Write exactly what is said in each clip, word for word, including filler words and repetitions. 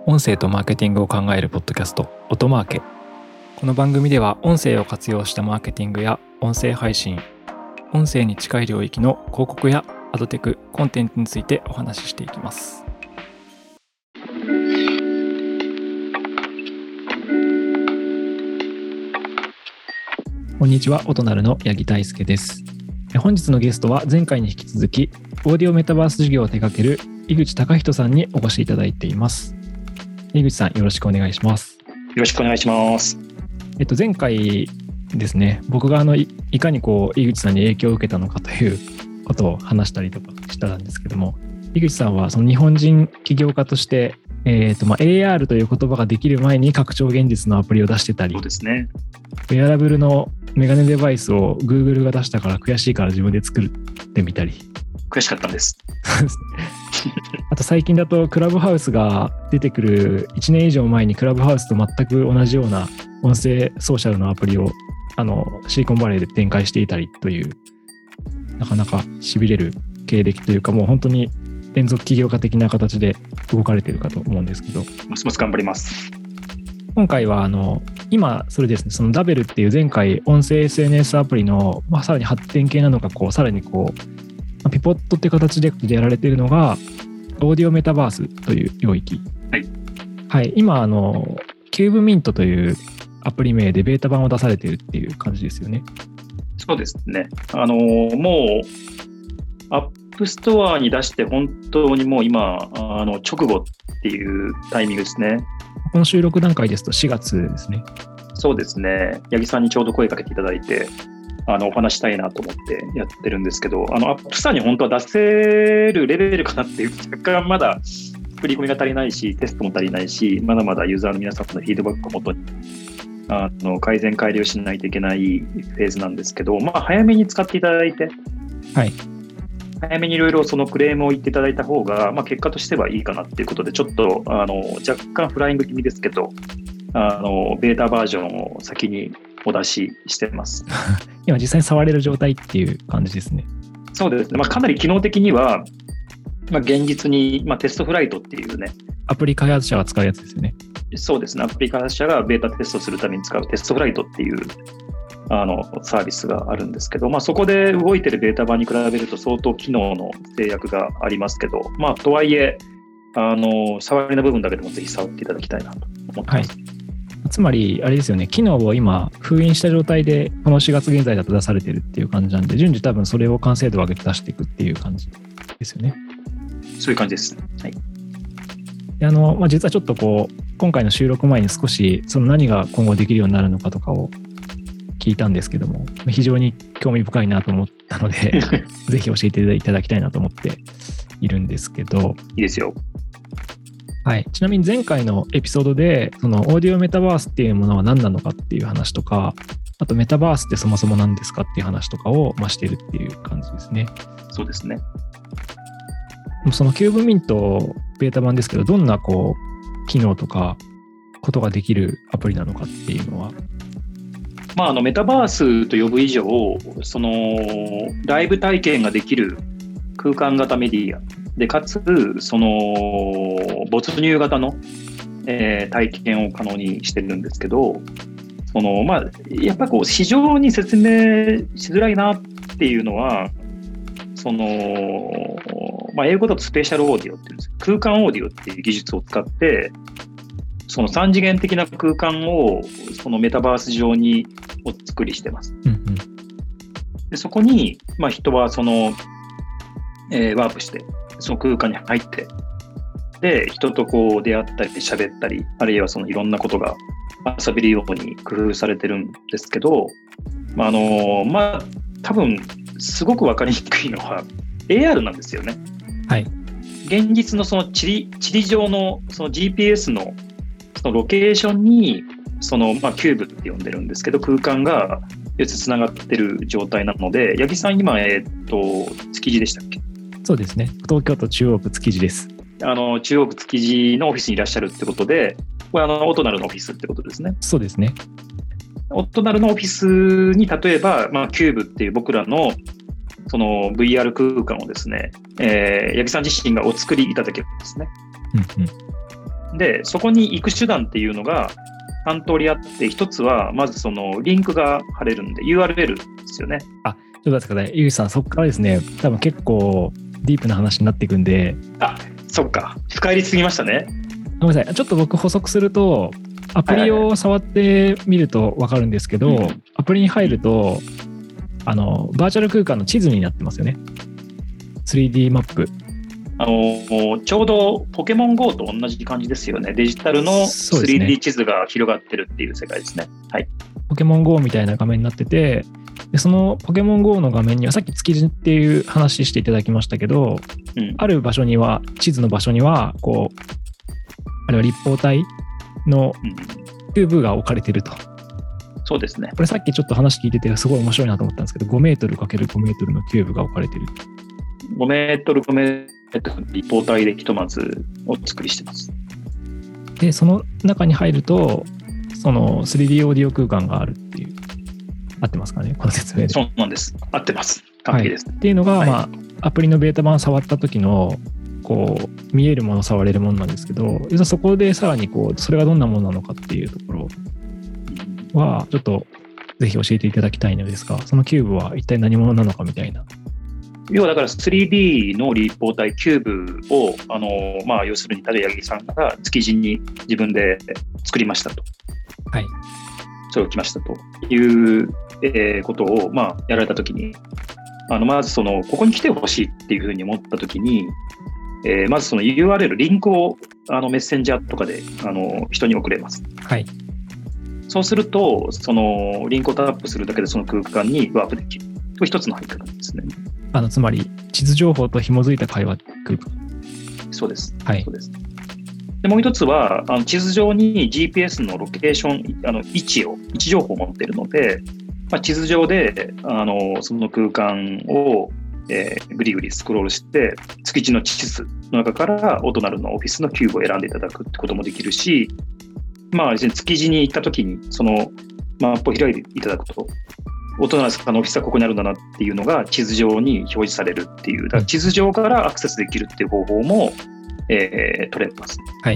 音声とマーケティングを考えるポッドキャスト音マーケ。この番組では音声を活用したマーケティングや音声配信、音声に近い領域の広告やアドテク、コンテンツについてお話ししていきます。こんにちは、音なるの八木大輔です。本日のゲストは前回に引き続きオーディオメタバース事業を手掛ける井口貴人さんにお越しいただいています。井口さん、よろしくお願いします。 よろしくお願いします。 えっと、前回ですね、僕があの い, いかにこう井口さんに影響を受けたのかということを話したりとかしたんですけども、井口さんはその日本人起業家として、えーとまあ、エーアール という言葉ができる前に拡張現実のアプリを出してたり、 そうですね、 ウェアラブルのメガネデバイスを Google が出したから悔しいから自分で作ってみたり。 悔しかったんです。 あと最近だとクラブハウスが出てくるいちねん以上前にクラブハウスと全く同じような音声ソーシャルのアプリをあのシリコンバレーで展開していたりという、なかなか痺れる経歴というか、もう本当に連続起業家的な形で動かれているかと思うんですけど、 ますます頑張ります。 今回はあの今それですね、そのダベルっていう前回音声 エスエヌエス アプリの、まあ、さらに発展系なのか、こうさらにこうピポットっていう形でやられているのがオーディオメタバースという領域。 はい、はい、 今あのキューブミントというアプリ名でベータ版を出されているっていう感じですよね。 そうですね。あのもうアップストアに出して本当にもう今あの直後っていうタイミングですね。 この収録段階ですとしがつですね。 そうですね。八木さんにちょうど声かけていただいて、あのお話したいなと思ってやってるんですけど、あのアップストアに本当は出せるレベルかなっていう、若干まだ振り込みが足りないし、テストも足りないし、まだまだユーザーの皆さんのフィードバックをもとにあの改善改良しないといけないフェーズなんですけど、まあ、早めに使っていただいて、 はい、 早めにいろいろそのクレームを言っていただいた方が、まあ、結果としてはいいかなっていうことで、ちょっとあの若干フライング気味ですけど、あのベータバージョンを先にお出ししてます。 今実際に触れる状態っていう感じですね。 そうですね、まあ、かなり機能的には、まあ、現実に、まあ、テストフライトっていうね、 アプリ開発者が使うやつですよね。 そうですね、アプリ開発者がベータテストするために使うテストフライトっていうあのサービスがあるんですけど、まあ、そこで動いてるベータ版に比べると相当機能の制約がありますけど、まあ、とはいえあの触りの部分だけでもぜひ触っていただきたいなと思ってます。はい、 つまりあれですよね、機能を今封印した状態でこのしがつ現在だと出されてるっていう感じなんで、順次多分それを完成度を上げて出していくっていう感じですよね。 そういう感じです。はい。 であのまあ、実はちょっとこう今回の収録前に少しその何が今後できるようになるのかとかを聞いたんですけども、非常に興味深いなと思ったのでぜひ教えていただきたいなと思っているんですけど。 いいですよ。 はい、ちなみに前回のエピソードでそのオーディオメタバースっていうものは何なのかっていう話とか、あとメタバースってそもそも何ですかっていう話とかをましているっていう感じですね。 そうですね。 そのキューブミントベータ版ですけど、どんなこう機能とかことができるアプリなのかっていうのは、 まあ、あのメタバースと呼ぶ以上、そのライブ体験ができる空間型メディアで、かつその没入型の、えー、体験を可能にしてるんですけど、その、まあ、やっぱこう市場に説明しづらいなっていうのは、その、まあ、英語だとスペシャルオーディオっていうんです。空間オーディオっていう技術を使って、その三次元的な空間をそのメタバース上にお作りしてます。 うんうん、 でそこに、まあ、人はその、えー、ワープしてその空間に入って、で人とこう出会ったり喋ったり、あるいはそのいろんなことが遊べるように工夫されてるんですけど、まああのまあ多分すごく分かりにくいのは エーアール なんですよね。 はい。 現実のその地理、地理上のその ジーピーエス のそのロケーションにその、まあ、キューブって呼んでるんですけど、空間がよっつつながってる状態なので、八木さん今、えー、っと築地でしたっけ？ そうですね、東京都中央区築地です。 あの中央区築地のオフィスにいらっしゃるってことで、これあのオトナルのオフィスってことですね。 そうですね。 オトナルのオフィスに例えば、まあ、キューブっていう僕らのその ブイアール 空間をですね、えー、八木さん自身がお作りいただけるんですね。 うんうん、 で、そこに行く手段っていうのがさん通りあって、一つはまずそのリンクが貼れるんで ユーアールエル ですよね。 あ、ちょっと待ってください。井口さん、そこからですね、多分結構ディープな話になっていくんで。 あ、そっか。深入りすぎましたね。 ごめんなさい。ちょっと僕補足すると、アプリを触ってみると分かるんですけど、はいはいはい、アプリに入ると、あの、バーチャル空間の地図になってますよね。スリーディー マップ。 あのちょうどポケモン ゴー と同じ感じですよね。デジタルの スリーディー 地図が広がってるっていう世界ですね。はい。 ポケモン ゴー みたいな画面になってて、でそのポケモン ゴー の画面にはさっき築地っていう話していただきましたけど、うん、ある場所には、地図の場所には、こう、あれは立方体のキューブが置かれてると。 うん、そうですね。 これさっきちょっと話聞いててすごい面白いなと思ったんですけど、ごメートル ×ご メートルのキューブが置かれてる。 ごメートルごメートル立方体でひとまずお作りしてます。 で、その中に入ると、その スリーディー オーディオ空間があるっていう。合ってますかね、この説明で。 そうなんです。合ってます。完璧です。 はい、っていうのが、はい、まあ、アプリのベータ版触った時の、こう、見えるもの、触れるものなんですけど、実はそこでさらにこう、それがどんなものなのかっていうところは、ちょっとぜひ教えていただきたいのですが、そのキューブは一体何者なのかみたいな。 要はだから スリーディー の立方体キューブを、あのまあ、要するに立柳さんが築地に自分で作りましたと。 はい。 それを来ましたという、えー、ことを、まあ、やられたときに、あのまずそのここに来てほしいっていうふうに思ったときに、えー、まずその ユーアールエル、リンクをあのメッセンジャーとかであの人に送れます。 はい。 そうすると、そのリンクをタップするだけでその空間にワープできる。これ一つの入り方ですね。 あのつまり地図情報と紐づいた会話空間。 そうです。 はい。 そうです。でもう一つはあの地図上に ジーピーエス のロケーション、あの位置を位置情報を持っているので、まあ、地図上であのその空間を、えー、ぐりぐりスクロールして築地の地図の中からオトナルのオフィスのキューブを選んでいただくってこともできるし、まあ、築地に行った時にそのマップを開いていただくと、オトナルさんのオフィスはここにあるんだなっていうのが地図上に表示されるっていう、だから地図上からアクセスできるっていう方法も、えー、取れます。 はい。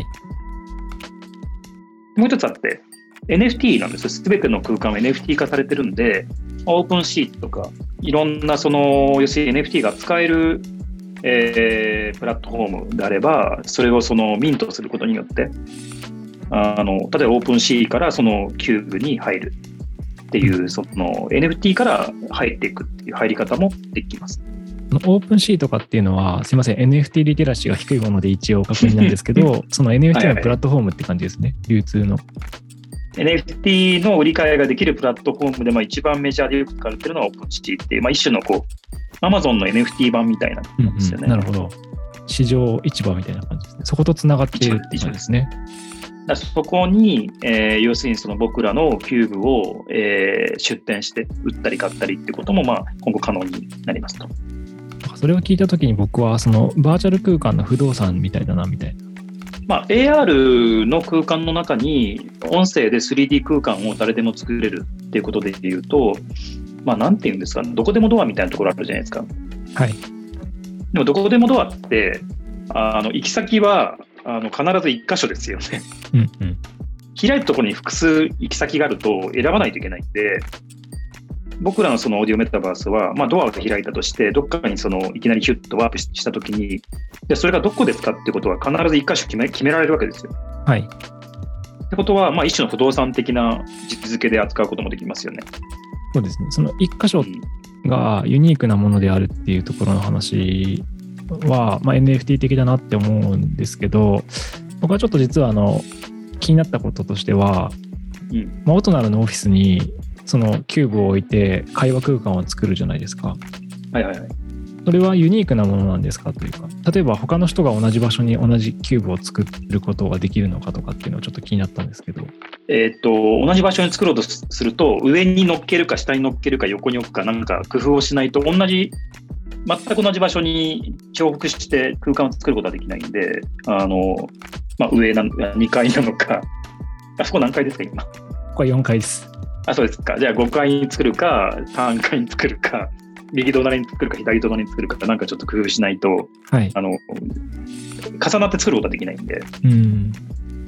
もう一つあって エヌエフティー なんですよ。すべての空間は エヌエフティー 化されてるんで、オープンシートとかいろんなその要するに エヌエフティー が使える、えー、プラットフォームであれば、それをそのミントすることによってあの例えばオープンシーからそのキューブに入るっていう、その エヌエフティー から入っていくっていう入り方もできます。 オープンシートとかっていうのは、すみません、エヌエフティー リテラシーが低いもので一応確認なんですけど、その エヌエフティー のプラットフォームって感じですね、はいはい、流通の。 エヌエフティー の売り買いができるプラットフォームで、まあ、一番メジャーでよく使われているのはオープンシーっていう、まあ、一種のこう Amazon の エヌエフティー 版みたいな感じですよね、 うんうん。なるほど。市場市場みたいな感じですね。そことつながっているって感じですね。 だそこに、えー、要するにその僕らのキューブを、えー、出店して売ったり買ったりってことも、まあ、今後可能になりますと。 それを聞いたときに僕はそのバーチャル空間の不動産みたいだなみたいな。 まあ、エーアール の空間の中に音声で スリーディー 空間を誰でも作れるっていうことでいうと、まあ、なんていうんですか、どこでもドアみたいなところあるじゃないですか。 はい。 でもどこでもドアってあの行き先はあの必ず一箇所ですよね。 うんうん。 開いたところに複数行き先があると選ばないといけないんで、僕らのそのオーディオメタバースは、まあ、ドアを開いたとして、どっかにそのいきなりヒュッとワープしたときに、でそれがどこですかってことは必ず一箇所決め、決められるわけですよ。 はい。 ってことは、まあ、一種の不動産的な位置づけで扱うこともできますよね。 そうですね。その一箇所がユニークなものであるっていうところの話は、まあ、エヌエフティー 的だなって思うんですけど、僕はちょっと実はあの気になったこととしては、うんまあ、オトナルのオフィスにそのキューブを置いて会話空間を作るじゃないですか。 はいはいはい。 それはユニークなものなんですかというか、例えば他の人が同じ場所に同じキューブを作ることができるのかとかっていうのはちょっと気になったんですけど。 えー、っと同じ場所に作ろうとすると、上に乗っけるか下に乗っけるか横に置くかなんか工夫をしないと、同じ全く同じ場所に重複して空間を作ることはできないんで、あの、まあ、上なのにかいなのか、あそこ何階ですか今？ここはよんかいです。 あ、そうですか。じゃあごかいに作るか、さんかいに作るか、右隣に作るか、左隣に作るか、なんかちょっと工夫しないと、 はい、 あの重なって作ることはできないんで。 うん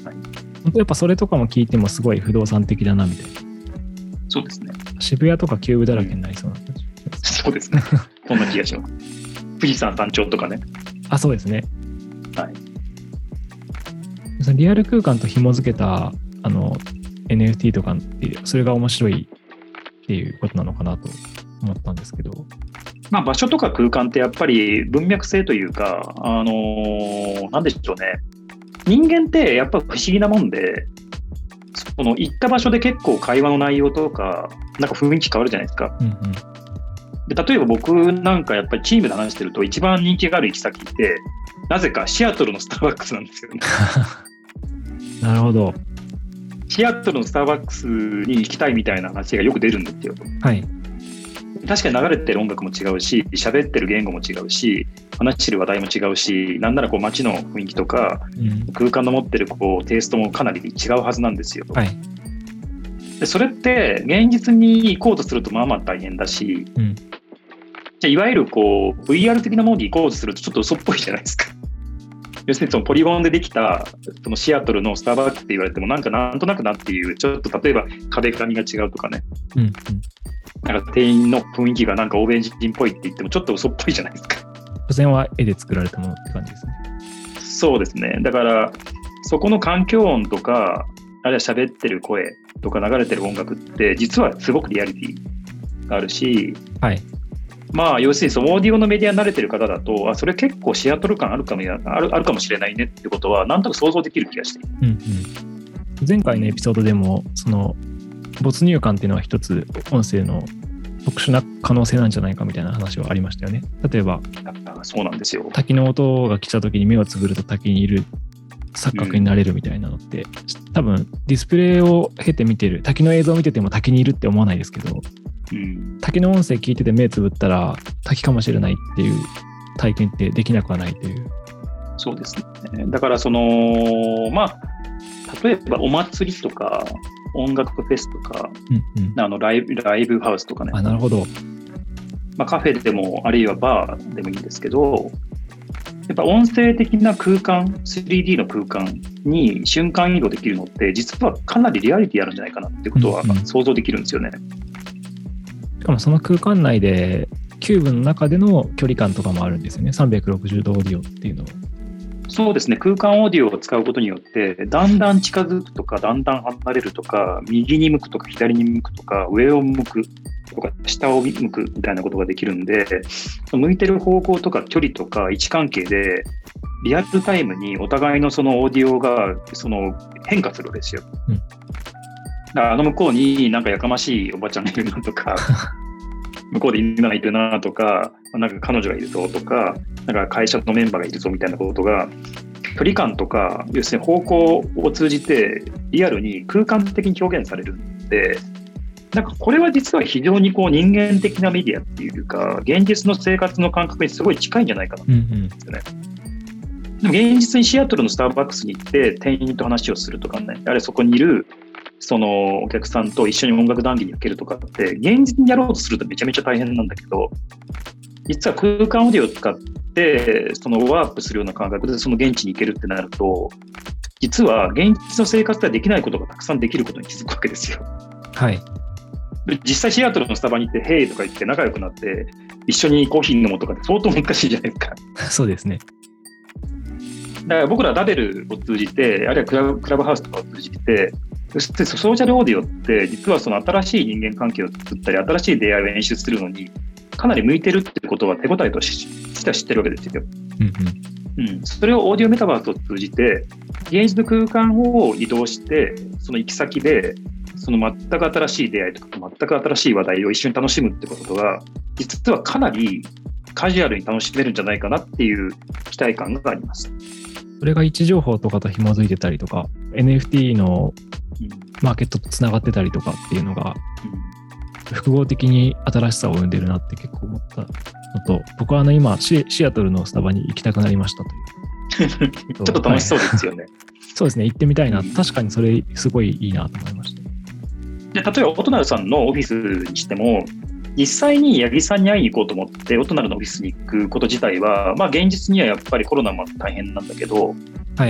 やっぱそれとかも聞いてもすごい不動産的だなみたいな。 そうですね。 渋谷とかキューブだらけになりそうな感じ、 うん、そうですね。そんな気がします。富士山山頂とかね。 あ、そうですね。 はい。 リアル空間と紐付けたあの エヌエフティー とかっていう、それが面白いっていうことなのかなと思ったんですけど。 まあ、場所とか空間ってやっぱり文脈性というか、あのー、なんでしょうね。人間ってやっぱ不思議なもんで、その行った場所で結構会話の内容とか、なんか雰囲気変わるじゃないですか。 うんうん、 で例えば僕なんかやっぱりチームで話してると一番人気がある行き先って、なぜかシアトルのスターバックスなんですよね。 なるほど。 シアトルのスターバックスに行きたいみたいな話がよく出るんですよ。 はい。 確かに流れてる音楽も違うし、喋ってる言語も違うし、話してる話題も違うし、なんならこう街の雰囲気とか、うん、空間の持ってるこうテイストもかなり違うはずなんですよ。 はい。 でそれって現実に行こうとするとまあまあ大変だし、うん、じゃあいわゆるこう ブイアール 的なものに行こうとするとちょっと嘘っぽいじゃないですか。要するにそのポリゴンでできたそのシアトルのスターバックスって言われてもなんかなんとなくなっていう、ちょっと例えば壁紙が違うとかね、うんうん、なんか店員の雰囲気がなんか欧米人っぽいって言ってもちょっと嘘っぽいじゃないですか。 所詮は絵で作られたものって感じですね。 そうですね。だからそこの環境音とか、あるいは喋ってる声とか流れてる音楽って実はすごくリアリティがあるし、 はい、 まあ要するにそのオーディオのメディアに慣れてる方だと、あそれ結構シアトル感あるかもある、あるかもしれないねってことはなんとなく想像できる気がして、 うんうん、前回のエピソードでもその没入感っていうのは一つ音声の特殊な可能性なんじゃないかみたいな話はありましたよね。例えばそうなんですよ。 滝の音が来た時に目をつぶると滝にいる錯覚になれるみたいなのって、うん、多分ディスプレイを経て見てる、滝の映像を見てても滝にいるって思わないですけど、うん、滝の音声聞いてて目つぶったら滝かもしれないっていう体験ってできなくはないという。 そうですね。だからそのまあ例えばお祭りとか音楽フェスとか、うんうん、あのライブ、ライブハウスとかね。 あ、なるほど。 まあ、カフェでもあるいはバーでもいいんですけど、やっぱ音声的な空間 スリーディー の空間に瞬間移動できるのって実はかなりリアリティあるんじゃないかなっていうことは想像できるんですよね、うんうん、 しかもその空間内でキューブの中での距離感とかもあるんですよね。さんびゃくろくじゅうどオーディオっていうのを。 そうですね。空間オーディオを使うことによってだんだん近づくとかだんだん離れるとか右に向くとか左に向くとか上を向くとか下を向くみたいなことができるんで、向いてる方向とか距離とか位置関係でリアルタイムにお互いのそのオーディオがその変化するわけですよ、うん、だからあの向こうになんかやかましいおばちゃんがいるなとか向こうで犬がいるなとか、なんか彼女がいるぞとか、なんか会社のメンバーがいるぞみたいなことが距離感とか要するに方向を通じてリアルに空間的に表現されるんで、なんかこれは実は非常にこう人間的なメディアっていうか現実の生活の感覚にすごい近いんじゃないかなと思うんですよね、うんうん、でも現実にシアトルのスターバックスに行って店員と話をするとかね、あれそこにいるそのお客さんと一緒に音楽談義に受けるとかって現実にやろうとするとめちゃめちゃ大変なんだけど、実は空間オーディオを使ってそのワープするような感覚でその現地に行けるってなると、実は現実の生活ではできないことがたくさんできることに気づくわけですよ。 はい。 実際シアトルのスタバに行ってヘイとか言って仲良くなって一緒にコーヒー飲むとかって相当難しいじゃないですか。 そうですね。 だから僕らダベルを通じて、あるいはクラブ、クラブハウスとかを通じて、そしてソーシャルオーディオって実はその新しい人間関係を作ったり新しい出会いを演出するのにかなり向いてるってことは手応えとしては知ってるわけですよ、うんうんうん、それをオーディオメタバースを通じて現実の空間を移動してその行き先でその全く新しい出会いとか全く新しい話題を一緒に楽しむってことが実はかなりカジュアルに楽しめるんじゃないかなっていう期待感があります。 それが位置情報とかと紐づいてたりとか エヌエフティー のマーケットとつながってたりとかっていうのが複合的に新しさを生んでるなって結構思ったのと、僕はあの今 シ, シアトルのスタバに行きたくなりましたというちょっと楽しそうですよね、はい、 そうですね、行ってみたいな、うん、確かにそれすごいいいなと思いました。 で例えばオトナルさんのオフィスにしても実際に八木さんに会いに行こうと思ってオトナルのオフィスに行くこと自体は、まあ、現実にはやっぱりコロナも大変なんだけど、 はい、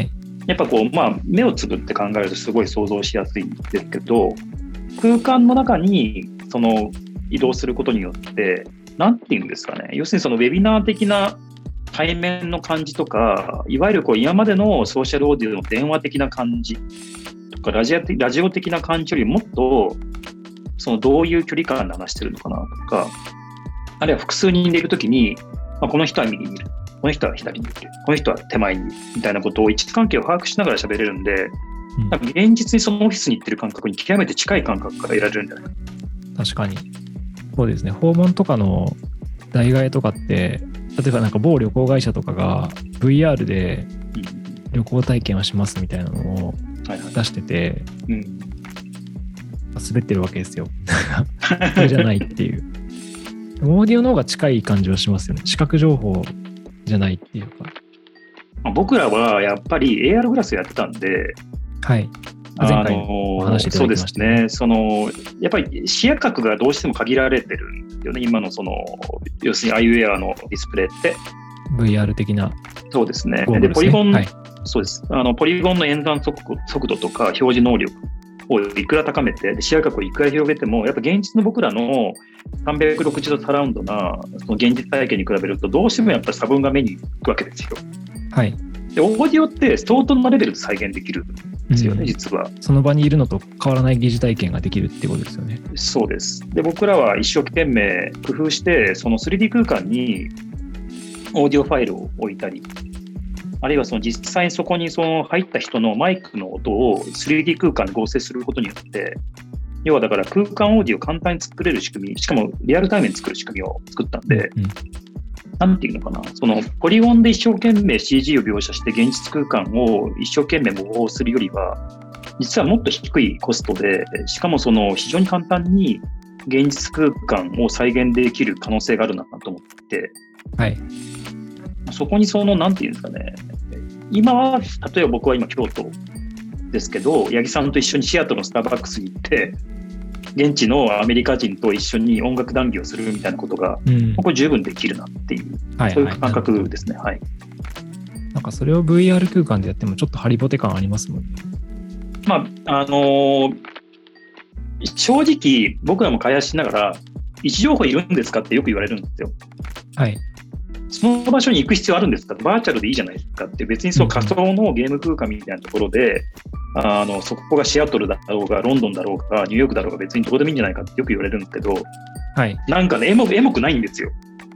やっぱこう、まあ、目をつぶって考えるとすごい想像しやすいんですけど、空間の中にその移動することによって、なんていうんですかね、要するにそのウェビナー的な対面の感じとか、いわゆるこう今までのソーシャルオーディオの電話的な感じとか、ラジオ的、ラジオ的な感じよりもっと、そのどういう距離感で話してるのかなとか、あるいは複数人でいるときに、まあ、この人は右にいる、この人は左にいる、この人は手前にいるみたいなことを位置関係を把握しながら喋れるんで、うん、多分現実にそのオフィスに行ってる感覚に極めて近い感覚が得られるんじゃないかな。 確かに。そうですね。訪問とかの代替えとかって、例えばなんか某旅行会社とかが ブイアール で旅行体験をしますみたいなのを出してて、うんうん、滑ってるわけですよ。これじゃないっていう。オーディオの方が近い感じはしますよね。視覚情報じゃないっていうか。 僕らはやっぱり エーアール グラスやってたんで、 はい。前回お話しいただきましたね。 そうですね。そのやっぱり視野角がどうしても限られてるんですよね。今のその要するに アイウェア のディスプレイってブイアール 的な。 そうですね。 で、 ね、ポリゴン、 はい、 そうです。あのポリゴンの演算速度、速度とか表示能力をいくら高めて、視野角をいくら広げても、やっぱ現実の僕らのさんびゃくろくじゅうどサラウンドなその現実体験に比べると、どうしてもやっぱり差分が目につくわけですよ。 はい。 で、オーディオって相当なレベルで再現できるんですよね、うん、実は。 その場にいるのと変わらない疑似体験ができるってことですよね。 そうです。で、僕らは一生懸命工夫して、その スリーディー 空間にオーディオファイルを置いたり、あるいはその実際にそこにその入った人のマイクの音を スリーディー 空間で合成することによって、要はだから空間オーディオを簡単に作れる仕組み、しかもリアルタイムに作る仕組みを作ったんで、うん、なんていうのかな、そのポリゴンで一生懸命 シージー を描写して現実空間を一生懸命模倣するよりは、実はもっと低いコストで、しかもその非常に簡単に現実空間を再現できる可能性があるなと思って、 はい、 そこにそのなんていうんですかね、今は例えば僕は今京都ですけど、八木さんと一緒にシアトルのスターバックスに行って、現地のアメリカ人と一緒に音楽談義をするみたいなことが、うん、これ十分できるなっていう、はい、そういう感覚ですね。はい。 なんかそれを ブイアール 空間でやってもちょっとハリボテ感ありますもんね。 まああのー、正直僕らも開発しながら位置情報いるんですかってよく言われるんですよ。 はい。 その場所に行く必要あるんですか、バーチャルでいいじゃないですかって、別にそう仮想のゲーム空間みたいなところで、うん、あのそこがシアトルだろうがロンドンだろうがニューヨークだろうが別にどこでもいいんじゃないかってよく言われるんですけど、 はい、 なんかねエモく、エモくないんですよ。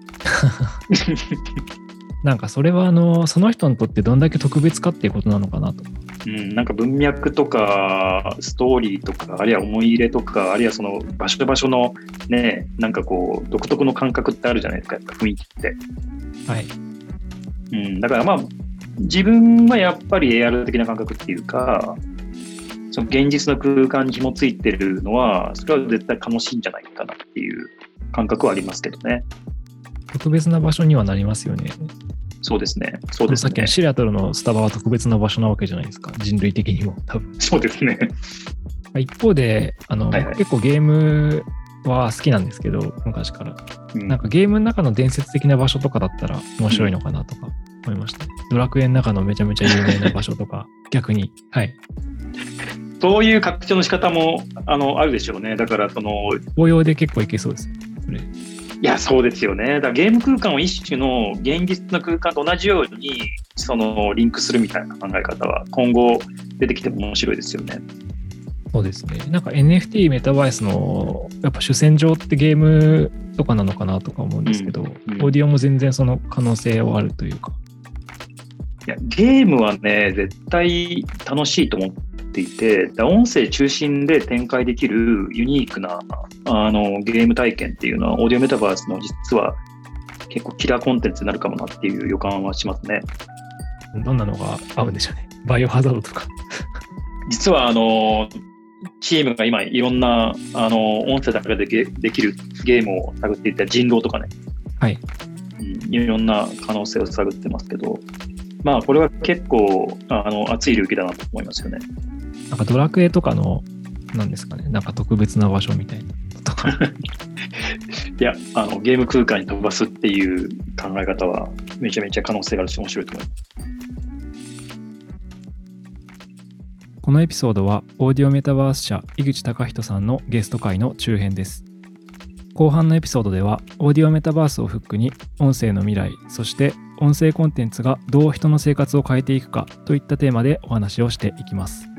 なんかそれはあのその人にとってどんだけ特別かっていうことなのかなと。 うん、なんか文脈とかストーリーとか、あるいは思い入れとか、あるいはその場所場所のね、なんかこう独特の感覚ってあるじゃないですか、やっぱ雰囲気って。 はい。 うん、だからまあ自分はやっぱり エーアール 的な感覚っていうか、その現実の空間に紐ついてるのは、それは絶対楽しいんじゃないかなっていう感覚はありますけどね。 特別な場所にはなりますよね。 そうですね。そうですね。 さっきのシアトルのスタバは特別な場所なわけじゃないですか。人類的にも多分。 そうですね。 一方で、あの、はいはい、結構ゲームは好きなんですけど、昔から、うん。なんかゲームの中の伝説的な場所とかだったら面白いのかなとか思いました。うん、ドラクエの中のめちゃめちゃ有名な場所とか、逆に。はい。 そういう拡張の仕方も あの、あるでしょうね。だからその。 応用で結構いけそうです。それ。 いや、そうですよね。だからゲーム空間を一種の現実の空間と同じようにそのリンクするみたいな考え方は今後出てきても面白いですよね。 そうですね。なんか エヌエフティー メタバースのやっぱ主戦場ってゲームとかなのかなとか思うんですけど、うんうん、オーディオも全然その可能性はあるというか。 いや、ゲームはね、絶対楽しいと思っていて、音声中心で展開できるユニークなあのゲーム体験っていうのは、オーディオメタバースの実は結構キラーコンテンツになるかもなっていう予感はしますね。 どんなのが合うんでしょうね。バイオハザードとか。実はあのチームが今いろんなあの音声だけでできるゲームを探っていて、人狼とかね、 はい、 うん、いろんな可能性を探ってますけど、まあこれは結構あの熱い領域だなと思いますよね。 なんかドラクエとかのなんですかね、なんか特別な場所みたいなとかいや、あのゲーム空間に飛ばすっていう考え方はめちゃめちゃ可能性があるし面白いと思います。 このエピソードはオーディオメタバース社井口貴人さんのゲスト会の中編です。後半のエピソードではオーディオメタバースをフックに音声の未来、そして音声コンテンツがどう人の生活を変えていくかといったテーマでお話をしていきます。